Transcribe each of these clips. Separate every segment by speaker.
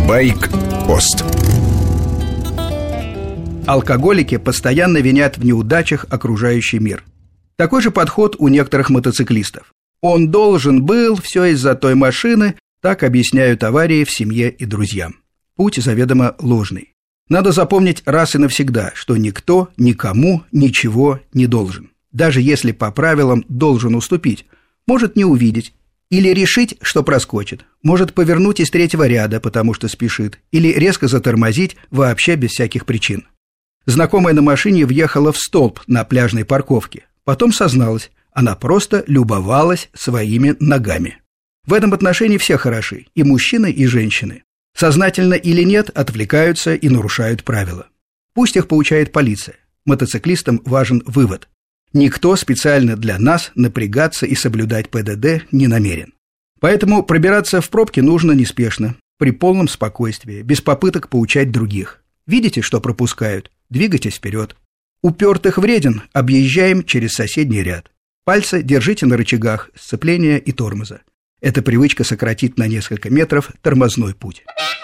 Speaker 1: Байк-пост.
Speaker 2: Алкоголики постоянно винят в неудачах окружающий мир. Такой же подход у некоторых мотоциклистов. Он должен был, все из-за той машины, так объясняют аварии в семье и друзьям. Путь заведомо ложный. Надо запомнить раз и навсегда, что никто никому ничего не должен. Даже если по правилам должен уступить, может не увидеть, или решить, что проскочит, может повернуть из третьего ряда, потому что спешит, или резко затормозить вообще без всяких причин. Знакомая на машине въехала в столб на пляжной парковке. Потом созналась, она просто любовалась своими ногами. В этом отношении все хороши, и мужчины, и женщины. Сознательно или нет, отвлекаются и нарушают правила. Пусть их поучает полиция. Мотоциклистам важен вывод. Никто специально для нас напрягаться и соблюдать ПДД не намерен. Поэтому пробираться в пробки нужно неспешно, при полном спокойствии, без попыток поучать других. Видите, что пропускают? Двигайтесь вперед. Упертых вреден, объезжаем через соседний ряд. Пальцы держите на рычагах сцепления и тормоза. Эта привычка сократит на несколько метров тормозной путь.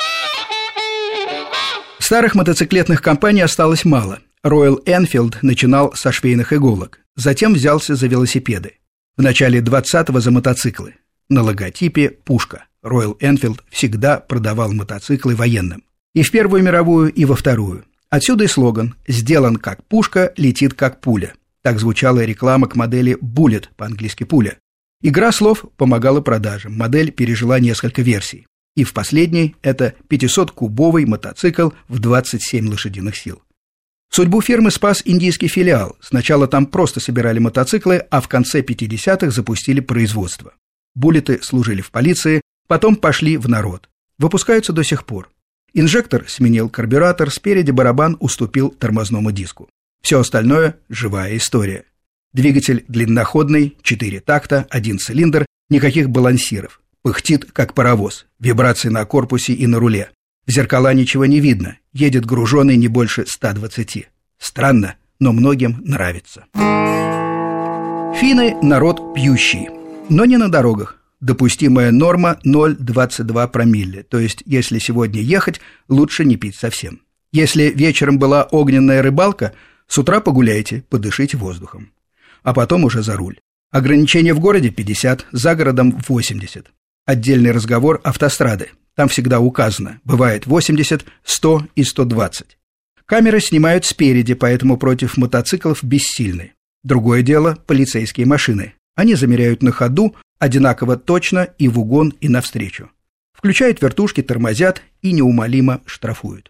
Speaker 2: Старых мотоциклетных компаний осталось мало. Royal Enfield начинал со швейных иголок, затем взялся за велосипеды. В начале 20-го за мотоциклы. На логотипе пушка. Royal Enfield всегда продавал мотоциклы военным. И в Первую мировую, и во Вторую. Отсюда и слоган «Сделан как пушка, летит как пуля». Так звучала реклама к модели Bullet, по-английски пуля. Игра слов помогала продажам. Модель пережила несколько версий. И в последней это 500-кубовый мотоцикл в 27 лошадиных сил. Судьбу фирмы спас индийский филиал. Сначала там просто собирали мотоциклы, а в конце 50-х запустили производство. Буллеты служили в полиции, потом пошли в народ. Выпускаются до сих пор. Инжектор сменил карбюратор, спереди барабан уступил тормозному диску. Все остальное – живая история. Двигатель длинноходный, 4 такта, 1 цилиндр, никаких балансиров. Пыхтит, как паровоз, вибрации на корпусе и на руле. В зеркала ничего не видно, едет груженый не больше 120. Странно, но многим нравится. Финны – народ пьющий, но не на дорогах. Допустимая норма 0,22 промилле, то есть если сегодня ехать, лучше не пить совсем. Если вечером была огненная рыбалка, с утра погуляйте, подышите воздухом. А потом уже за руль. Ограничение в городе 50, за городом 80. Отдельный разговор автострады. Там всегда указано, бывает 80, 100 и 120. Камеры снимают спереди, поэтому против мотоциклов бессильны. Другое дело – полицейские машины. Они замеряют на ходу, одинаково точно и в угон, и навстречу. Включают вертушки, тормозят и неумолимо штрафуют.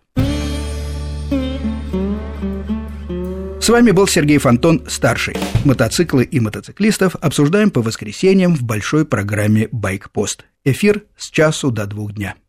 Speaker 2: С вами был Сергей Фонтон, старший. Мотоциклы и мотоциклистов обсуждаем по воскресеньям в большой программе «Байк-пост». Эфир с часу до 2 дня.